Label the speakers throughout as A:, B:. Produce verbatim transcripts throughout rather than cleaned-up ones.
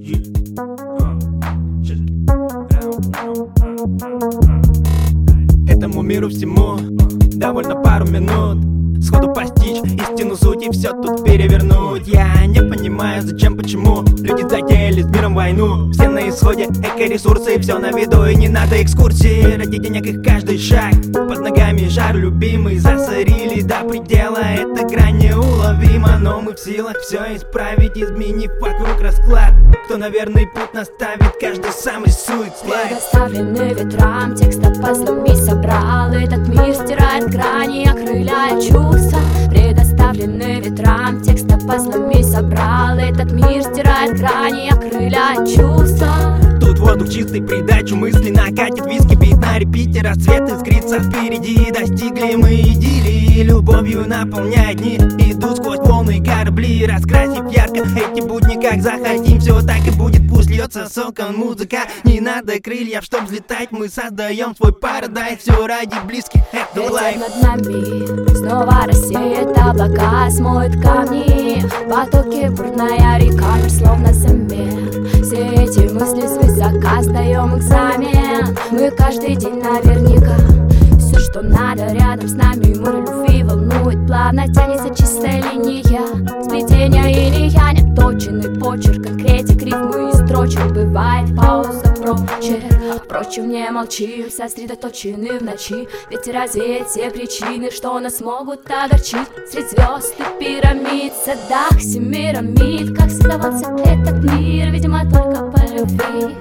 A: Этому миру всему довольно пару минут сходу постичь истину суть и все тут перевернуть. Я не понимаю, зачем, почему люди затеяли с миром войну. Все на исходе, эко-ресурсы, все на виду и не надо экскурсии. Ради денег их каждый шаг, под ногами жар любимый. Засорили до предела, эта грань неуловима. Но мы в силах все исправить, изменив вокруг расклад. Кто на верный путь наставит, каждый сам рисует слайд.
B: Предоставленный ветрам, текста пазлами собрал. Этот мир стирает грани, окрыляя чувства. Предоставленный ветрам, текста пазлами собрал. Этот мир стирает грани, окрыляет чувства.
A: Тут воздух чистый, придачу мысли накатит виски, бит на репите, рассвет искрится впереди. Достигли мы идиллии, любовью наполняет дни. Иду сквозь волны корабли, раскрасив ярко эти будни, как захотим. Все так и будет, пусть льется соком музыка. Не надо крыльев, чтоб взлетать, мы создаем свой парадайз. Все ради близких, это лайф.
B: Ветер над нами снова рассеет облака, смоет камни, потоки, бурная река, мир словно замер. Все эти мысли свысока, сдаем экзамен. Мы каждый день наверняка. Все, что надо рядом с нами, море любви волнует. Плавно тянется чистая линия, сплетения иния. Нет точенный почерк, конкретик, рифмы и строчек. Бывает пауза, прочерк. Впрочем, не молчим, сосредоточены в ночи. Ведь развеять все причины, что нас могут огорчить. Средь звезд и пирамид, в садах семирамид. Как создавался этот мир, видимо, только по любви.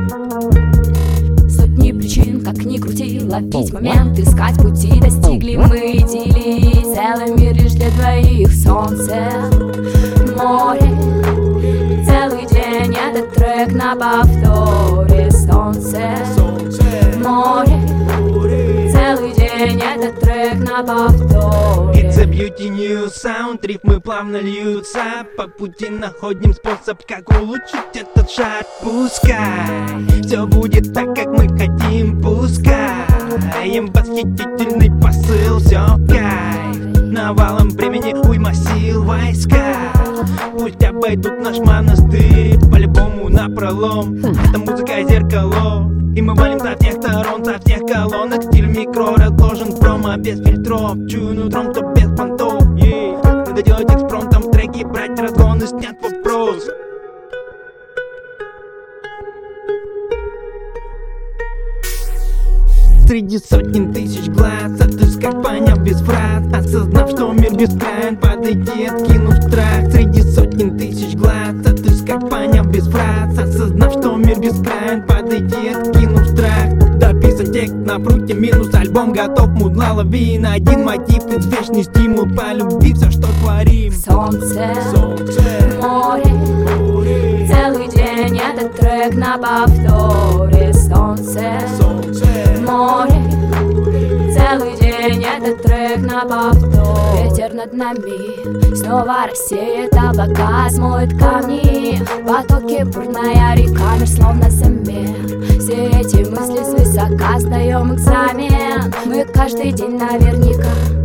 B: Сотни причин, как ни крути, ловить момент, искать пути. Достигли мы идиллии, целый мир лишь для двоих. Солнце, море, целый день этот трек на повторе. Солнце, море, целый день этот трек на повторе.
A: It's a beauty new sound, рифмы плавно льются. По пути находим способ, как улучшить этот шаг. Пускай все будет так, как мы хотим. Пускай им восхитительный посыл. Все кайф, навалом времени уйма сил. Войска пусть обойдут наш монастырь. По-любому напролом, это музыка зеркало. И мы валим со всех сторон, со всех колонок. Стиль микро разложен промо без фильтров. Чую нутром, кто без понтов, yeah. Надо делать экспромтом треки, брать разгоны, снят вопрос. Среди сотен тысяч глаз отыскать, поняв без фраз, осознав, что мир бескрайен, подойти, откинув страх. Среди сотен тысяч глаз отыскать, поняв без фраз, осознав, что мир бескрайен, подойти, откинув страх. Дописан текст на фруте, минус альбом готов, мудла лови на один мотив, извечный стимул по любви, все, что творим.
B: Солнце,
A: Солнце,
B: море,
A: море,
B: целый день этот трек на повторе. Солнце,
A: солнце,
B: море, целый день этот трек на повторе. Ветер над нами снова рассеет облака, смоет камни, потоки, бурная река, мир словно замер. Все эти мысли свысока, сдаем экзамен. Мы каждый день наверняка.